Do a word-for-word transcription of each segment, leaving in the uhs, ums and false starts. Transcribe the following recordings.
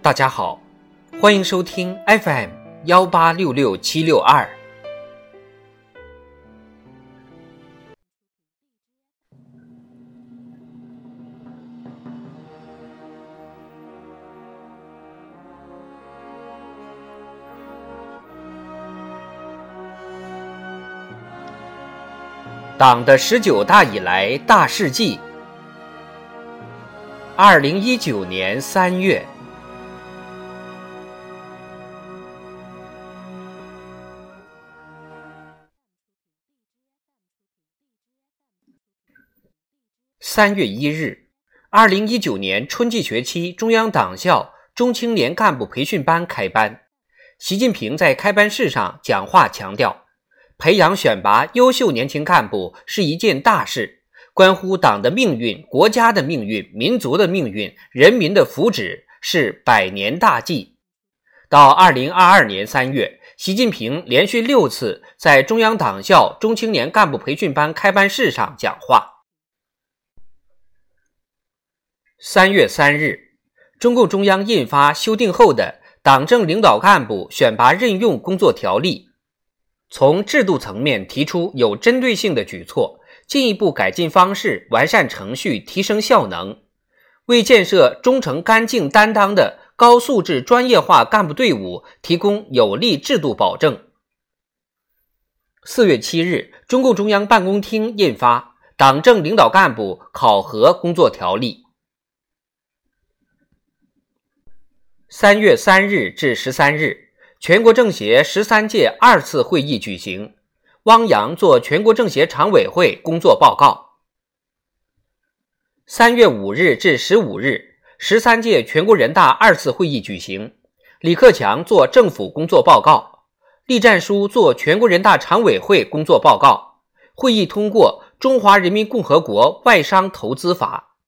大家好，欢迎收听 F M 一八六六七六二。党的十九大以来大事记。二零一九年三月，三月一日，二零一九年春季学期中央党校中青年干部培训班开班。习近平在开班式上讲话强调，培养选拔优秀年轻干部是一件大事，关乎党的命运、国家的命运、民族的命运、人民的福祉，是百年大计。到二零二二年三月，习近平连续六次在中央党校中青年干部培训班开班式上讲话。三月三日，中共中央印发修订后的《党政领导干部选拔任用工作条例》，从制度层面提出有针对性的举措，进一步改进方式，完善程序，提升效能，为建设忠诚干净担当的高素质专业化干部队伍提供有力制度保证。四月七日，中共中央办公厅印发《党政领导干部考核工作条例》。三月三日至十三日，全国政协十三届二次会议举行，汪洋作全国政协常委会工作报告。三月五日至十五日，十三届全国人大二次会议举行，李克强作政府工作报告，栗战书作全国人大常委会工作报告。会议通过《中华人民共和国外商投资法》。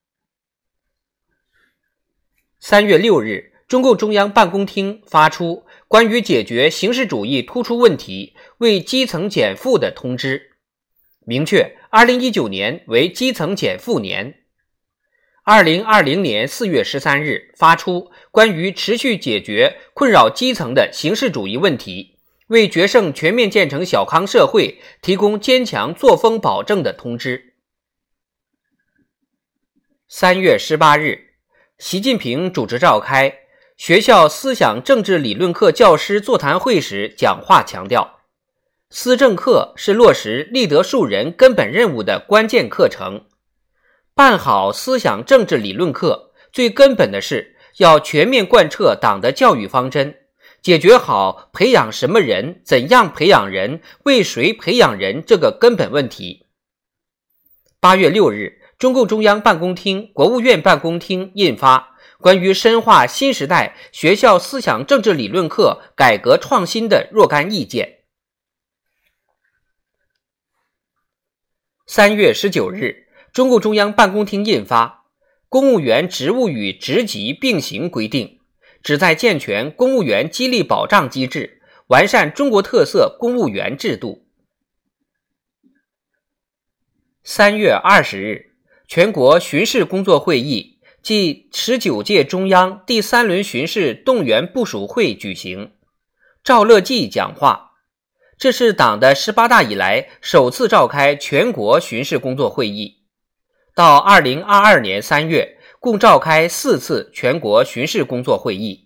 三月六日，中共中央办公厅发出关于解决形式主义突出问题、为基层减负的通知，明确二零一九年为基层减负年。二零二零年四月十三日发出关于持续解决困扰基层的形式主义问题、为决胜全面建成小康社会提供坚强作风保证的通知。三月十八日，习近平主持召开学校思想政治理论课教师座谈会时讲话强调，思政课是落实立德树人根本任务的关键课程。办好思想政治理论课，最根本的是要全面贯彻党的教育方针，解决好培养什么人、怎样培养人、为谁培养人这个根本问题。八月六日，中共中央办公厅、国务院办公厅印发关于深化新时代学校思想政治理论课改革创新的若干意见。三月十九日，中共中央办公厅印发《公务员职务与职级并行规定》，旨在健全公务员激励保障机制，完善中国特色公务员制度。三月二十日，全国巡视工作会议即十九届中央第三轮巡视动员部署会举行，赵乐际讲话。这是党的十八大以来首次召开全国巡视工作会议。到二零二二年三月，共召开四次全国巡视工作会议。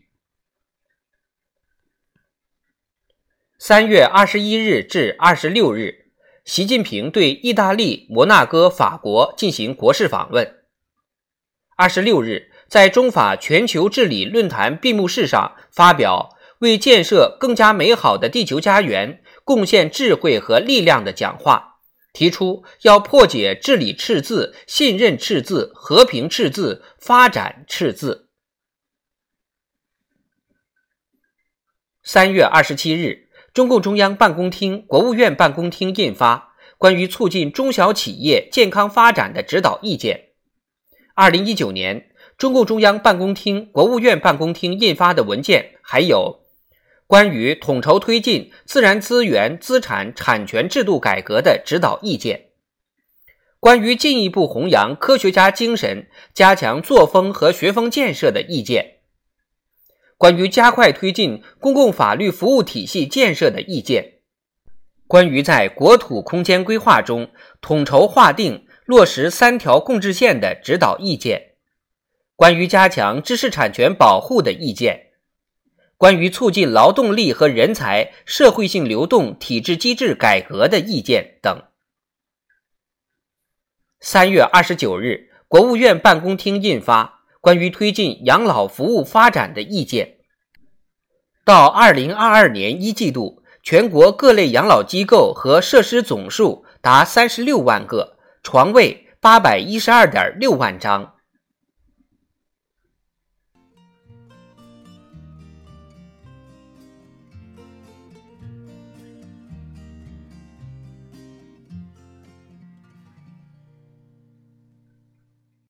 三月二十一日至二十六日，习近平对意大利、摩纳哥、法国进行国事访问。二十六日，在中法全球治理论坛闭幕式上发表为建设更加美好的地球家园贡献智慧和力量的讲话，提出要破解治理赤字、信任赤字、和平赤字、发展赤字。三月二十七日，中共中央办公厅、国务院办公厅印发关于促进中小企业健康发展的指导意见。二零一九年，中共中央办公厅、国务院办公厅印发的文件还有关于统筹推进自然资源资产产权制度改革的指导意见，关于进一步弘扬科学家精神、加强作风和学风建设的意见， 关于加快推进公共法律服务体系建设的意见；关于在国土空间规划中统筹划定落实三条共治线的指导意见；关于加强知识产权保护的意见；关于促进劳动力和人才社会性流动体制机制改革的意见等。三月二十九日，国务院办公厅印发关于推进养老服务发展的意见。到二零二二年一季度，全国各类养老机构和设施总数达三十六万个，床位 八百一十二点六万张。